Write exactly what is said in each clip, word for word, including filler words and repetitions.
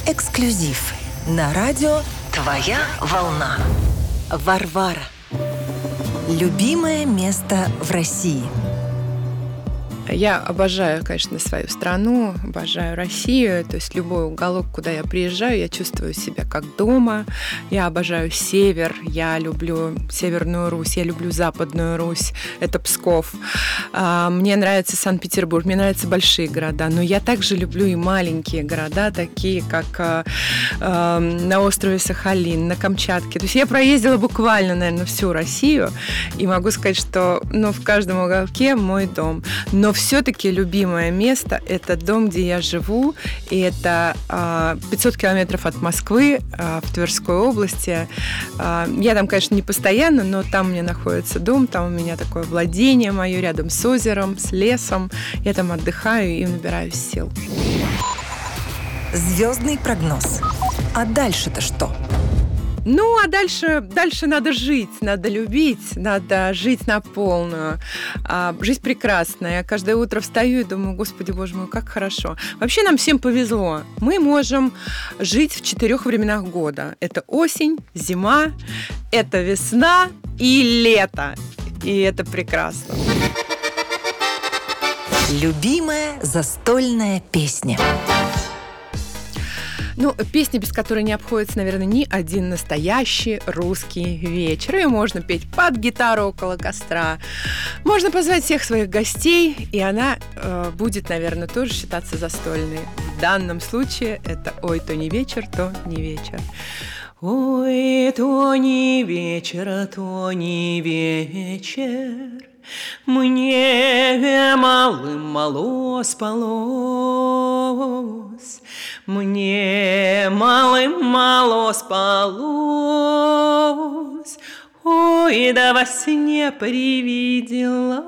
Эксклюзив на радио «Твоя волна». Варвара. Любимое место в России. Я обожаю, конечно, свою страну, обожаю Россию. То есть любой уголок, куда я приезжаю, я чувствую себя как дома. Я обожаю север, я люблю Северную Русь, я люблю Западную Русь, это Псков. Мне нравится Санкт-Петербург, мне нравятся большие города, но я также люблю и маленькие города, такие как на острове Сахалин, на Камчатке. То есть я проездила буквально, наверное, всю Россию и могу сказать, что ну, в каждом уголке мой дом. Но все-таки любимое место – это дом, где я живу, и это пятьсот километров от Москвы, в Тверской области. Я там, конечно, не постоянно, но там у меня находится дом, там у меня такое владение мое рядом с озером, с лесом. Я там отдыхаю и набираюсь сил. Звездный прогноз. А дальше-то что? Ну, а дальше, дальше надо жить, надо любить, надо жить на полную. А, жизнь прекрасная. Я каждое утро встаю и думаю, Господи, Боже мой, как хорошо. Вообще нам всем повезло. Мы можем жить в четырех временах года. Это осень, зима, это весна и лето. И это прекрасно. Любимая застольная песня. Ну, песня, без которой не обходится, наверное, ни один настоящий русский вечер. Ее можно петь под гитару около костра. Можно позвать всех своих гостей, и она э, будет, наверное, тоже считаться застольной. В данном случае это «Ой, то не вечер, то не вечер». Ой, то не вечер, то не вечер, мне малым мало спалось, мне малым мало спалось, ой, да во сне привиделась.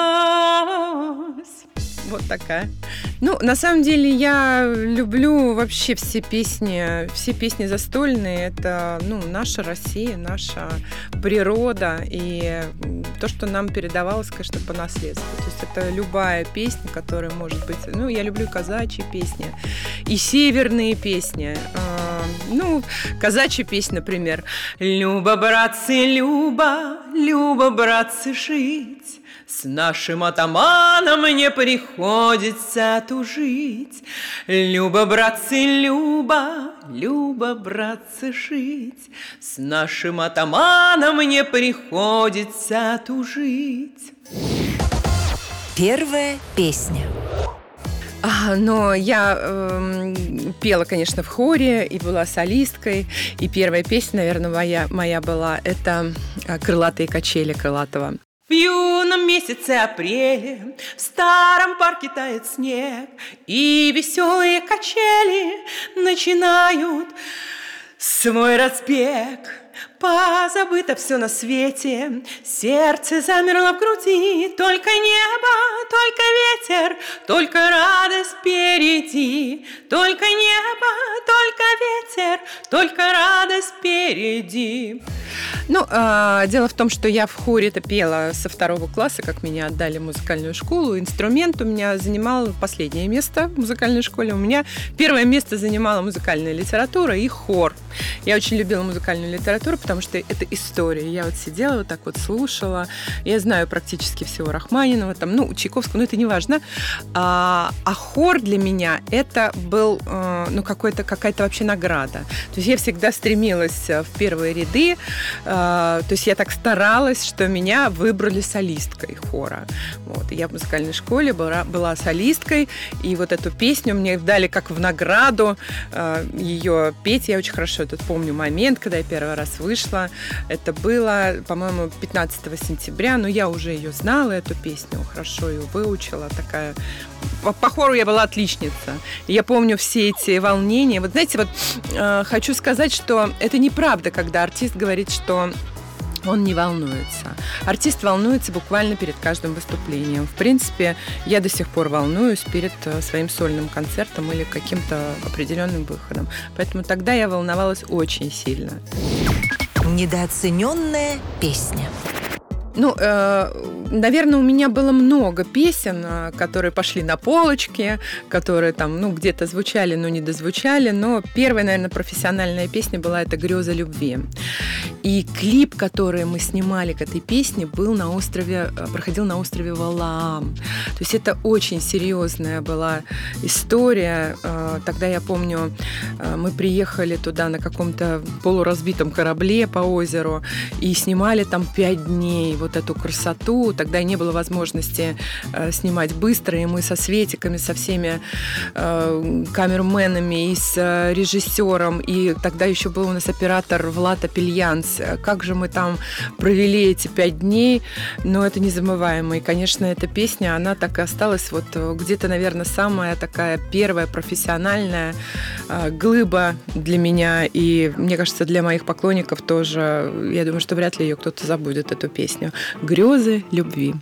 Вот такая. Ну, на самом деле, я люблю вообще все песни, все песни застольные. Это, ну, наша Россия, наша природа и то, что нам передавалось, конечно, по наследству. То есть это любая песня, которая может быть... Ну, я люблю казачьи песни и северные песни. Ну, казачья песня, например. «Люба, братцы, Люба, Люба, братцы, жить. С нашим атаманом мне приходится тужить. Люба, братцы, Люба, Люба, братцы, жить. С нашим атаманом мне приходится тужить». Первая песня. А, но я э, пела, конечно, в хоре и была солисткой. И первая песня, наверное, моя, моя была это «Крылатые качели» Крылатова. В юном месяце апреле в старом парке тает снег, и веселые качели начинают свой разбег. Позабыто все на свете, сердце замерло в груди, только небо, только ветер, только радость впереди, только небо, только ветер, только радость впереди. Ну, э, дело в том, что я в хоре это пела со второго класса, как меня отдали в музыкальную школу. Инструмент у меня занимал последнее место в музыкальной школе. У меня первое место занимала музыкальная литература и хор. Я очень любила музыкальную литературу, потому что это история. Я вот сидела, вот так вот слушала. Я знаю практически всего Рахманинова, там, ну, Чайковского, но это не важно. А, а хор для меня это был, э, ну, какой-то, какая-то вообще награда. То есть я всегда стремилась в первые ряды. То есть я так старалась, что меня выбрали солисткой хора. Вот. И я в музыкальной школе была, была солисткой, и вот эту песню мне дали как в награду ее петь. Я очень хорошо этот помню момент, когда я первый раз вышла. Это было, по-моему, пятнадцатого сентября, но я уже ее знала, эту песню, хорошо ее выучила. Такая... По хору я была отличница. И я помню все эти волнения. Вот знаете, вот э, хочу сказать, что это неправда, когда артист говорит, что он не волнуется. Артист волнуется буквально перед каждым выступлением. В принципе, я до сих пор волнуюсь перед своим сольным концертом или каким-то определенным выходом. Поэтому тогда я волновалась очень сильно. Недооцененная песня. Ну, э, наверное, у меня было много песен, которые пошли на полочки, которые там, ну, где-то звучали, но не дозвучали. Но первая, наверное, профессиональная песня была это «Грезы любви». И клип, который мы снимали к этой песне, был на острове, проходил на острове Валаам. То есть это очень серьезная была история. Тогда я помню, мы приехали туда на каком-то полуразбитом корабле по озеру и снимали там пять дней вот эту красоту. Тогда не было возможности снимать быстро, и мы со светиками, со всеми камерменами и с режиссером, и тогда еще был у нас оператор Влад Апельянс. Как же мы там провели эти пять дней, но это незабываемо. И, конечно, эта песня, она так и осталась вот где-то, наверное, самая такая первая профессиональная глыба для меня, и, мне кажется, для моих поклонников тоже. Я думаю, что вряд ли ее кто-то забудет, эту песню. «Грезы любви».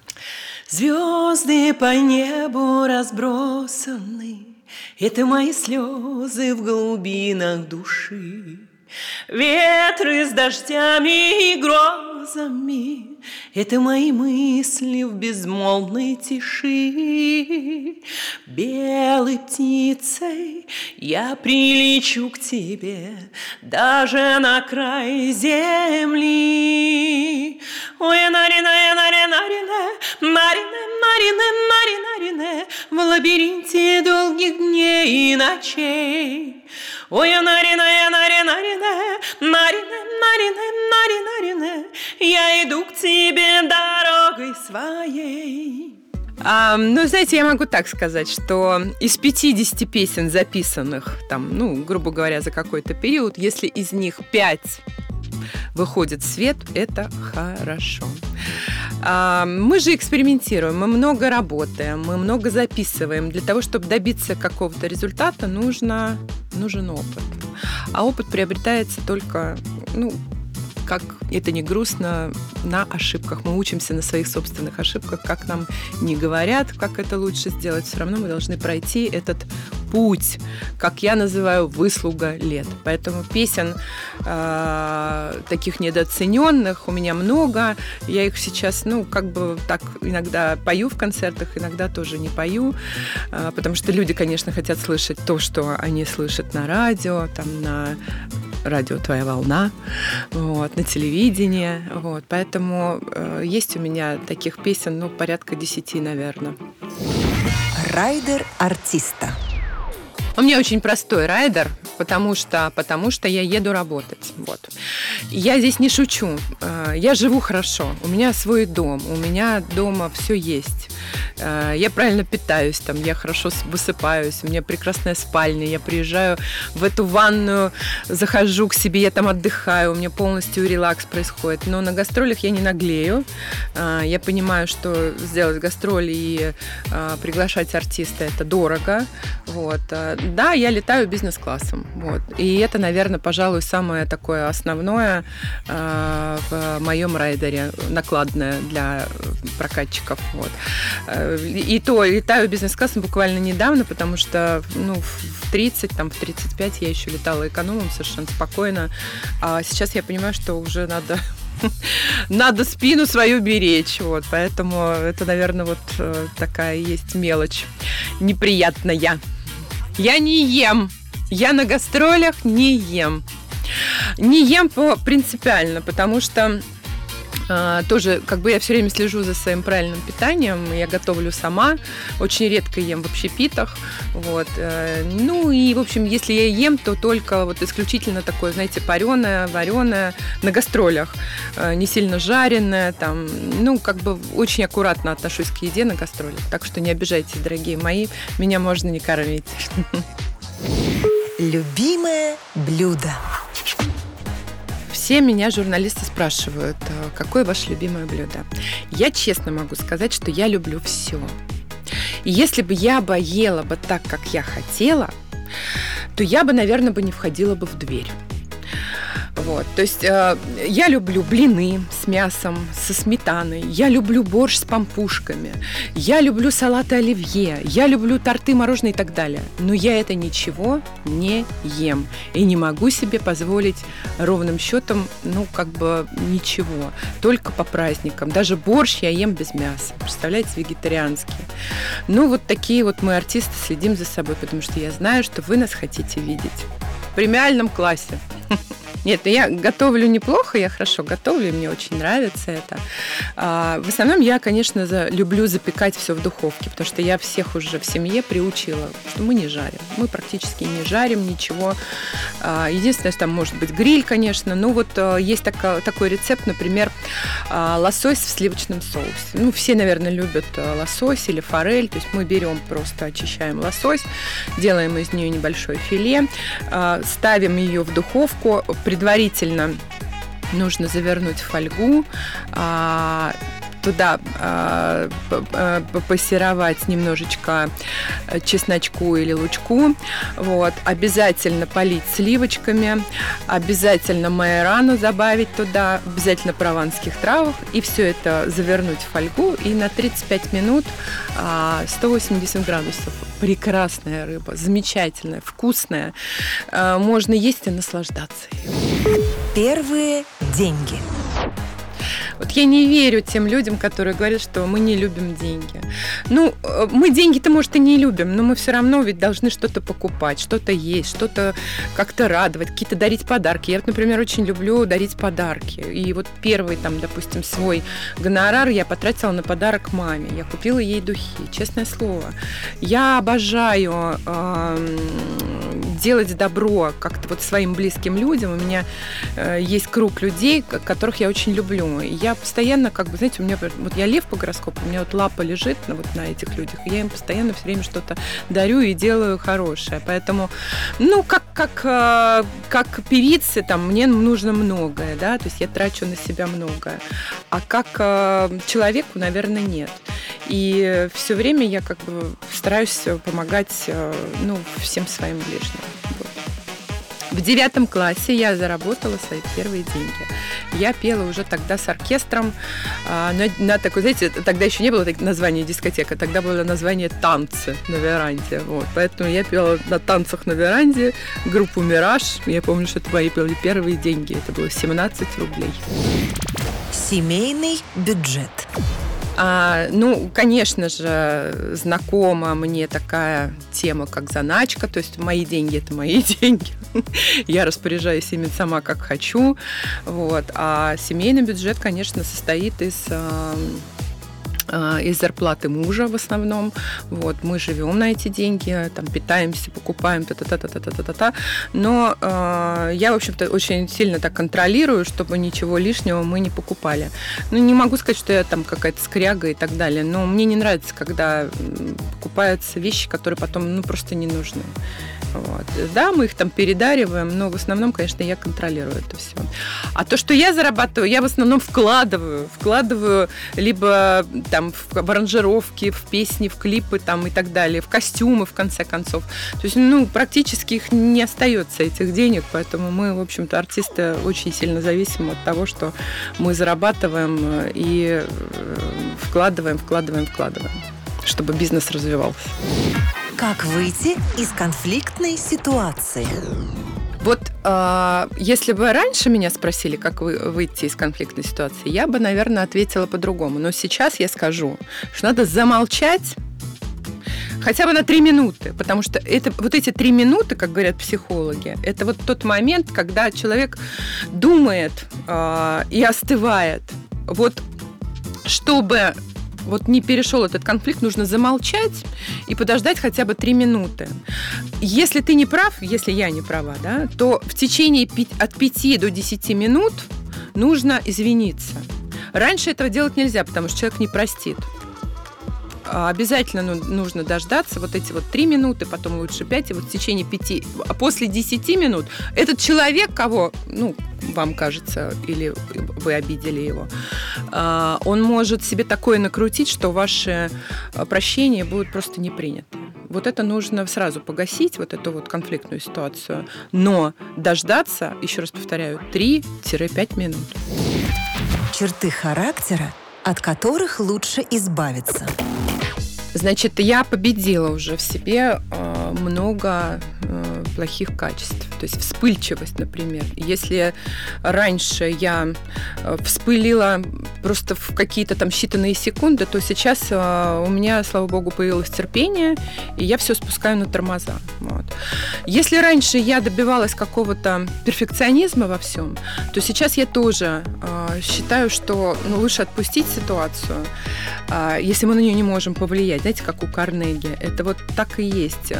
Звезды по небу разбросаны, это мои слезы в глубинах души. Ветры с дождями и грозами, это мои мысли в безмолвной тиши. Белой птицей я прилечу к тебе, даже на край земли. Ой, нарине, нарине, нарине, нарине, нарине, нарине, нарине, в лабиринте долгих дней и ночей. Ой, нарине, нарине, нарине, нарине, нарине, нарине, нарине, я иду к тебе дорогой своей. А, ну, знаете, я могу так сказать, что из пятидесяти песен, записанных там, ну, грубо говоря, за какой-то период, если из них пять выходит в свет, это хорошо. А, мы же экспериментируем, мы много работаем, мы много записываем. Для того, чтобы добиться какого-то результата, нужно, нужен опыт. А опыт приобретается только, ну, как это не грустно, на ошибках. Мы учимся на своих собственных ошибках, как нам не говорят, как это лучше сделать. Все равно мы должны пройти этот путь, как я называю, выслуга лет. Поэтому песен э, таких недооцененных у меня много. Я их сейчас, ну, как бы так иногда пою в концертах, иногда тоже не пою, э, потому что люди, конечно, хотят слышать то, что они слышат на радио, там, на радио «Твоя волна», вот, на телевидении. Вот, поэтому э, есть у меня таких песен, ну, порядка десяти, наверное. Райдер артиста. У меня очень простой райдер, потому что, потому что я еду работать. Вот. Я здесь не шучу. Я живу хорошо. У меня свой дом. У меня дома все есть. Я правильно питаюсь, там, я хорошо высыпаюсь, у меня прекрасная спальня. Я приезжаю в эту ванную, захожу к себе, я там отдыхаю, у меня полностью релакс происходит. Но на гастролях я не наглею. Я понимаю, что сделать гастроли и приглашать артиста – это дорого. Вот. Да, я летаю бизнес-классом. Вот. И это, наверное, пожалуй, самое такое основное э, в моем райдере, накладное для прокатчиков. Вот. И то летаю бизнес-классом буквально недавно, потому что, ну, в тридцать, там, в тридцать пять я еще летала экономом совершенно спокойно. А сейчас я понимаю, что уже надо... Надо спину свою беречь, вот, поэтому это, наверное, вот такая есть мелочь неприятная. Я не ем, я на гастролях не ем. Не ем по принципиально, потому что а, тоже, как бы я все время слежу за своим правильным питанием, я готовлю сама, очень редко ем в общепитах, вот. Ну и, в общем, если я ем, то только вот исключительно такое, знаете, пареное, вареное на гастролях, не сильно жареное, там, ну, как бы очень аккуратно отношусь к еде на гастролях, так что не обижайтесь, дорогие мои, меня можно не кормить. Любимое блюдо. Все меня журналисты спрашивают, какое ваше любимое блюдо. Я честно могу сказать, что я люблю все. И если бы я бы ела бы так, как я хотела, то я бы, наверное, бы не входила бы в дверь. Вот, то есть э, я люблю блины с мясом, со сметаной, я люблю борщ с пампушками, я люблю салаты оливье, я люблю торты, мороженое и так далее. Но я это ничего не ем и не могу себе позволить ровным счетом, ну, как бы ничего, только по праздникам. Даже борщ я ем без мяса, представляете, вегетарианский. Ну, вот такие вот мы, артисты, следим за собой, потому что я знаю, что вы нас хотите видеть в премиальном классе. Нет, ну я готовлю неплохо, я хорошо готовлю, и мне очень нравится это. А, в основном я, конечно, за, люблю запекать все в духовке, потому что я всех уже в семье приучила, что мы не жарим. Мы практически не жарим ничего. А, единственное, что там может быть гриль, конечно. Ну вот а, есть так, такой рецепт, например, а, лосось в сливочном соусе. Ну, все, наверное, любят а, лосось или форель. То есть мы берем, просто очищаем лосось, делаем из нее небольшое филе, а, ставим ее в духовку. Предварительно нужно завернуть в фольгу, а, туда а, пассеровать немножечко чесночку или лучку, вот, обязательно полить сливочками, обязательно майорану добавить туда, обязательно прованских травах, и все это завернуть в фольгу и на тридцать пять минут а, сто восемьдесят градусов. Прекрасная рыба, замечательная, вкусная. А, можно есть и наслаждаться ею. Первые деньги. Вот я не верю тем людям, которые говорят, что мы не любим деньги. Ну, мы деньги-то, может, и не любим, но мы все равно ведь должны что-то покупать, что-то есть, что-то как-то радовать, какие-то дарить подарки. Я, например, очень люблю дарить подарки. И вот первый, там, допустим, свой гонорар я потратила на подарок маме. Я купила ей духи, честное слово. Я обожаю э, делать добро как-то вот своим близким людям. У меня э, есть круг людей, которых я очень люблю. И я постоянно, как бы, знаете, у меня, вот я лев по гороскопу, у меня вот лапа лежит на, вот на этих людях, и я им постоянно все время что-то дарю и делаю хорошее. Поэтому, ну, как, как, как певице, там, мне нужно многое, да, то есть я трачу на себя многое. А как человеку, наверное, нет. И все время я как бы стараюсь помогать, ну, всем своим ближним. Вот. В девятом классе я заработала свои первые деньги. Я пела уже тогда с оркестром а, на, на такой, знаете, тогда еще не было названия дискотека, тогда было название «Танцы на веранде». Вот. Поэтому я пела на танцах на веранде группу «Мираж». Я помню, что это мои были первые деньги. Это было семнадцать рублей. Семейный бюджет. А, ну, конечно же, знакома мне такая тема, как заначка, то есть мои деньги – это мои деньги. Я распоряжаюсь ими сама, как хочу. Вот. А семейный бюджет, конечно, состоит из... из зарплаты мужа в основном. Вот, мы живем на эти деньги, там, питаемся, покупаем, та-та-та-та-та-та-та. Но э, я, в общем-то, очень сильно так контролирую, чтобы ничего лишнего мы не покупали. Ну, не могу сказать, что я там какая-то скряга и так далее, но мне не нравится, когда покупаются вещи, которые потом, ну, просто не нужны. Вот. Да, мы их там передариваем, но в основном, конечно, я контролирую это все. А то, что я зарабатываю, я в основном вкладываю. Вкладываю либо там в аранжировки, в песни, в клипы там, и так далее, в костюмы, в конце концов. То есть, ну, практически их не остается, этих денег, поэтому мы, в общем-то, артисты очень сильно зависим от того, что мы зарабатываем и вкладываем, вкладываем, вкладываем, чтобы бизнес развивался. Как выйти из конфликтной ситуации? Вот э, если бы раньше меня спросили, как вы, выйти из конфликтной ситуации, я бы, наверное, ответила по-другому. Но сейчас я скажу, что надо замолчать хотя бы на три минуты, потому что это, вот эти три минуты, как говорят психологи, это вот тот момент, когда человек думает э, и остывает. Вот чтобы... Вот не перешел этот конфликт, нужно замолчать и подождать хотя бы три минуты. Если ты не прав, если я не права, да, то в течение от пяти до десяти минут нужно извиниться. Раньше этого делать нельзя, потому что человек не простит. Обязательно нужно дождаться вот эти вот три минуты, потом лучше пять, и вот в течение пяти, а после десяти минут этот человек, кого, ну, вам кажется, или вы обидели его, он может себе такое накрутить, что ваши прощения будут просто не приняты. вот это нужно сразу погасить, вот эту вот конфликтную ситуацию, но дождаться, еще раз повторяю, три-пять минут. Черты характера, от которых лучше избавиться. Значит, я победила уже в себе э, много э, плохих качеств. То есть вспыльчивость, например. Если раньше я э, вспылила просто в какие-то там считанные секунды, то сейчас э, у меня, слава богу, появилось терпение, и я все спускаю на тормоза. Вот. Если раньше я добивалась какого-то перфекционизма во всем, то сейчас я тоже э, считаю, что ну, лучше отпустить ситуацию, э, если мы на нее не можем повлиять. Знаете, как у Карнеги. Это вот так и есть.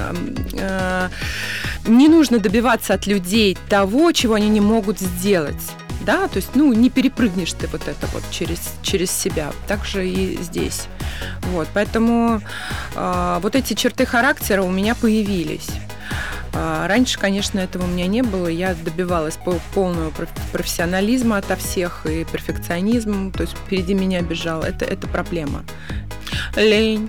Не нужно добиваться от людей того, чего они не могут сделать. Да, то есть, ну, не перепрыгнешь ты вот это вот через, через себя. Так же и здесь. Вот, поэтому э, вот эти черты характера у меня появились. Э, раньше, конечно, этого у меня не было. Я добивалась полного профессионализма ото всех и перфекционизм. То есть впереди меня бежал. Это, это проблема. Лень.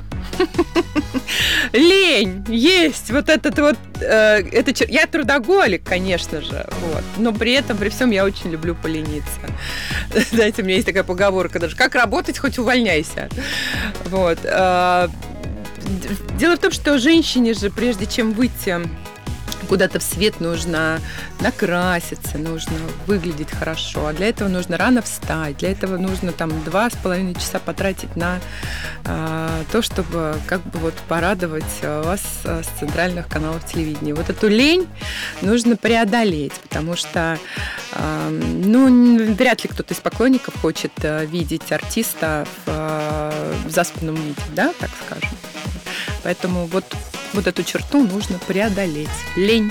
Лень есть, вот этот вот, э, это, я трудоголик, конечно же, вот, но при этом, при всем я очень люблю полениться. Знаете, у меня есть такая поговорка даже, как работать, хоть увольняйся. Вот. Э, дело в том, что женщине же, прежде чем выйти куда-то в свет, нужно накраситься, нужно выглядеть хорошо. А для этого нужно рано встать. Для этого нужно там два с половиной часа потратить на э, то, чтобы как бы вот порадовать вас с центральных каналов телевидения. Вот эту лень нужно преодолеть, потому что э, ну, вряд ли кто-то из поклонников хочет э, видеть артиста в, э, в заспанном виде, да, так скажем. Поэтому вот Вот эту черту нужно преодолеть. Лень.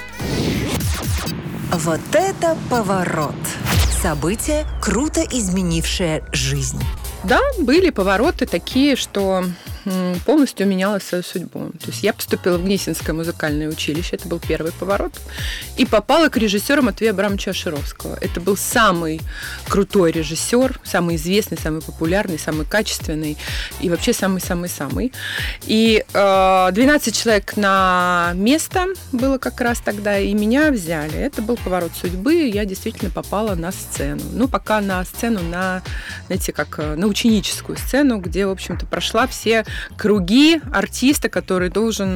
Вот это поворот. Событие, круто изменившее жизнь. Да, были повороты такие, что полностью меняла свою судьбу. То есть я поступила в Гнесинское музыкальное училище, это был первый поворот, и попала к режиссеру Матвею Абрамовичу Ашировскому. Это был самый крутой режиссер, самый известный, самый популярный, самый качественный и вообще самый-самый-самый. И э, двенадцать человек на место было как раз тогда, и меня взяли. Это был поворот судьбы, и я действительно попала на сцену. Ну, пока на сцену, на, знаете, как на ученическую сцену, где, в общем-то, прошла все круги артиста, который должен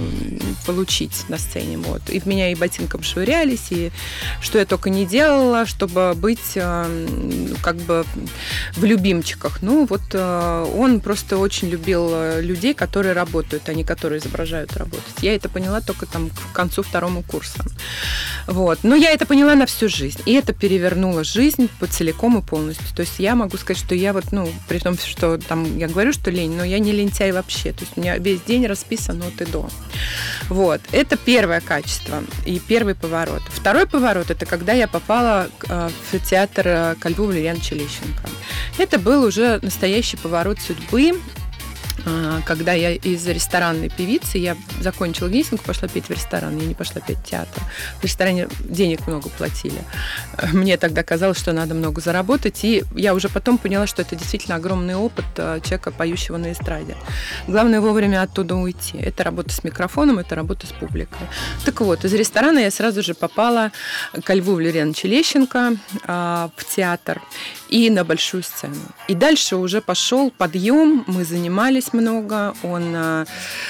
получить на сцене. Вот. И в меня и ботинком швырялись, и что я только не делала, чтобы быть как бы в любимчиках. Ну, вот он просто очень любил людей, которые работают, а не которые изображают работать. Я это поняла только там к концу второму курса. Вот. Но я это поняла на всю жизнь. И это перевернуло жизнь по целиком и полностью. То есть я могу сказать, что я вот, ну, при том, что там я говорю, что лень, но я не лентяй вообще. То есть у меня весь день расписан от и до. Вот. Это первое качество и первый поворот. Второй поворот – это когда я попала в театр ко Льву Валерьяновича Лещенко. Это был уже настоящий поворот судьбы. Когда я из ресторанной певицы, я закончила Гнесинку, пошла петь в ресторан, я не пошла петь в театр. В ресторане денег много платили. Мне тогда казалось, что надо много заработать, и я уже потом поняла, что это действительно огромный опыт человека, поющего на эстраде. Главное вовремя оттуда уйти. Это работа с микрофоном, это работа с публикой. Так вот, из ресторана я сразу же попала ко Льву Валерьяновичу Лещенко в театр и на большую сцену. И дальше уже пошел подъем, мы занимались много, он э,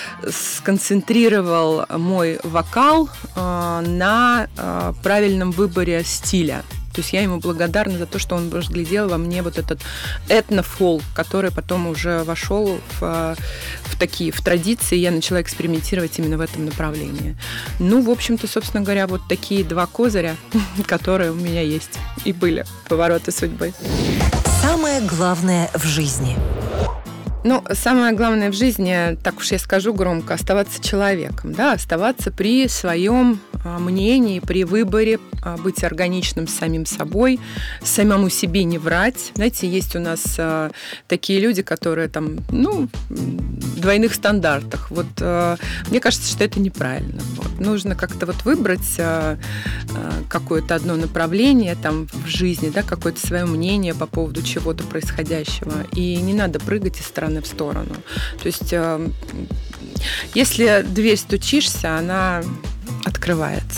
сконцентрировал мой вокал э, на э, правильном выборе стиля. То есть я ему благодарна за то, что он разглядел во мне вот этот этнофолк, который потом уже вошел в, в такие, в традиции, и я начала экспериментировать именно в этом направлении. Ну, в общем-то, собственно говоря, вот такие два козыря, которые у меня есть и были, повороты судьбы. Самое главное в жизни. Ну, самое главное в жизни, так уж я скажу громко, оставаться человеком, да, оставаться при своем мнении, при выборе, быть органичным с самим собой, самому себе не врать. Знаете, есть у нас такие люди, которые там, ну, в двойных стандартах. Вот мне кажется, что это неправильно. Вот. Нужно как-то вот выбрать какое-то одно направление там в жизни, да, какое-то свое мнение по поводу чего-то происходящего. И не надо прыгать из стороны в сторону. То есть Если дверь стучишься, она открывается.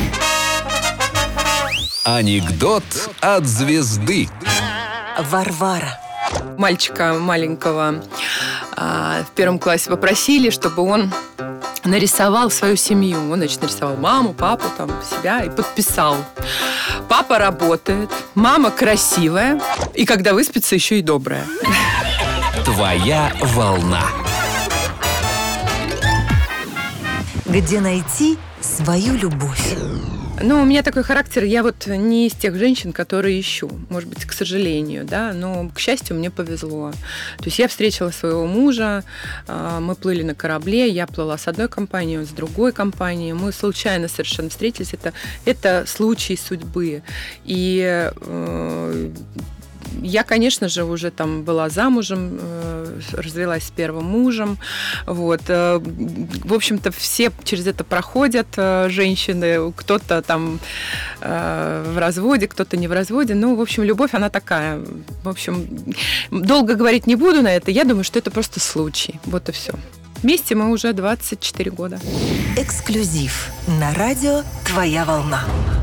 Анекдот от звезды. Варвара. Мальчика маленького а, в первом классе попросили, чтобы он нарисовал свою семью. Он, значит, нарисовал маму, папу, там, себя и подписал. Папа работает, мама красивая, и когда выспится, еще и добрая. Твоя волна. Где найти свою любовь? Ну, у меня такой характер, я вот не из тех женщин, которые ищу, может быть, к сожалению, да, но, к счастью, мне повезло. То есть я встретила своего мужа, мы плыли на корабле, я плыла с одной компанией, он с другой компанией, мы случайно совершенно встретились, это, это случай судьбы. И э, я, конечно же, уже там была замужем, развелась с первым мужем. Вот. В общем-то, все через это проходят, женщины. Кто-то там в разводе, кто-то не в разводе. Ну, в общем, любовь, она такая. В общем, долго говорить не буду на это. Я думаю, что это просто случай. Вот и все. Вместе мы уже двадцать четыре года. Эксклюзив на радио «Твоя волна».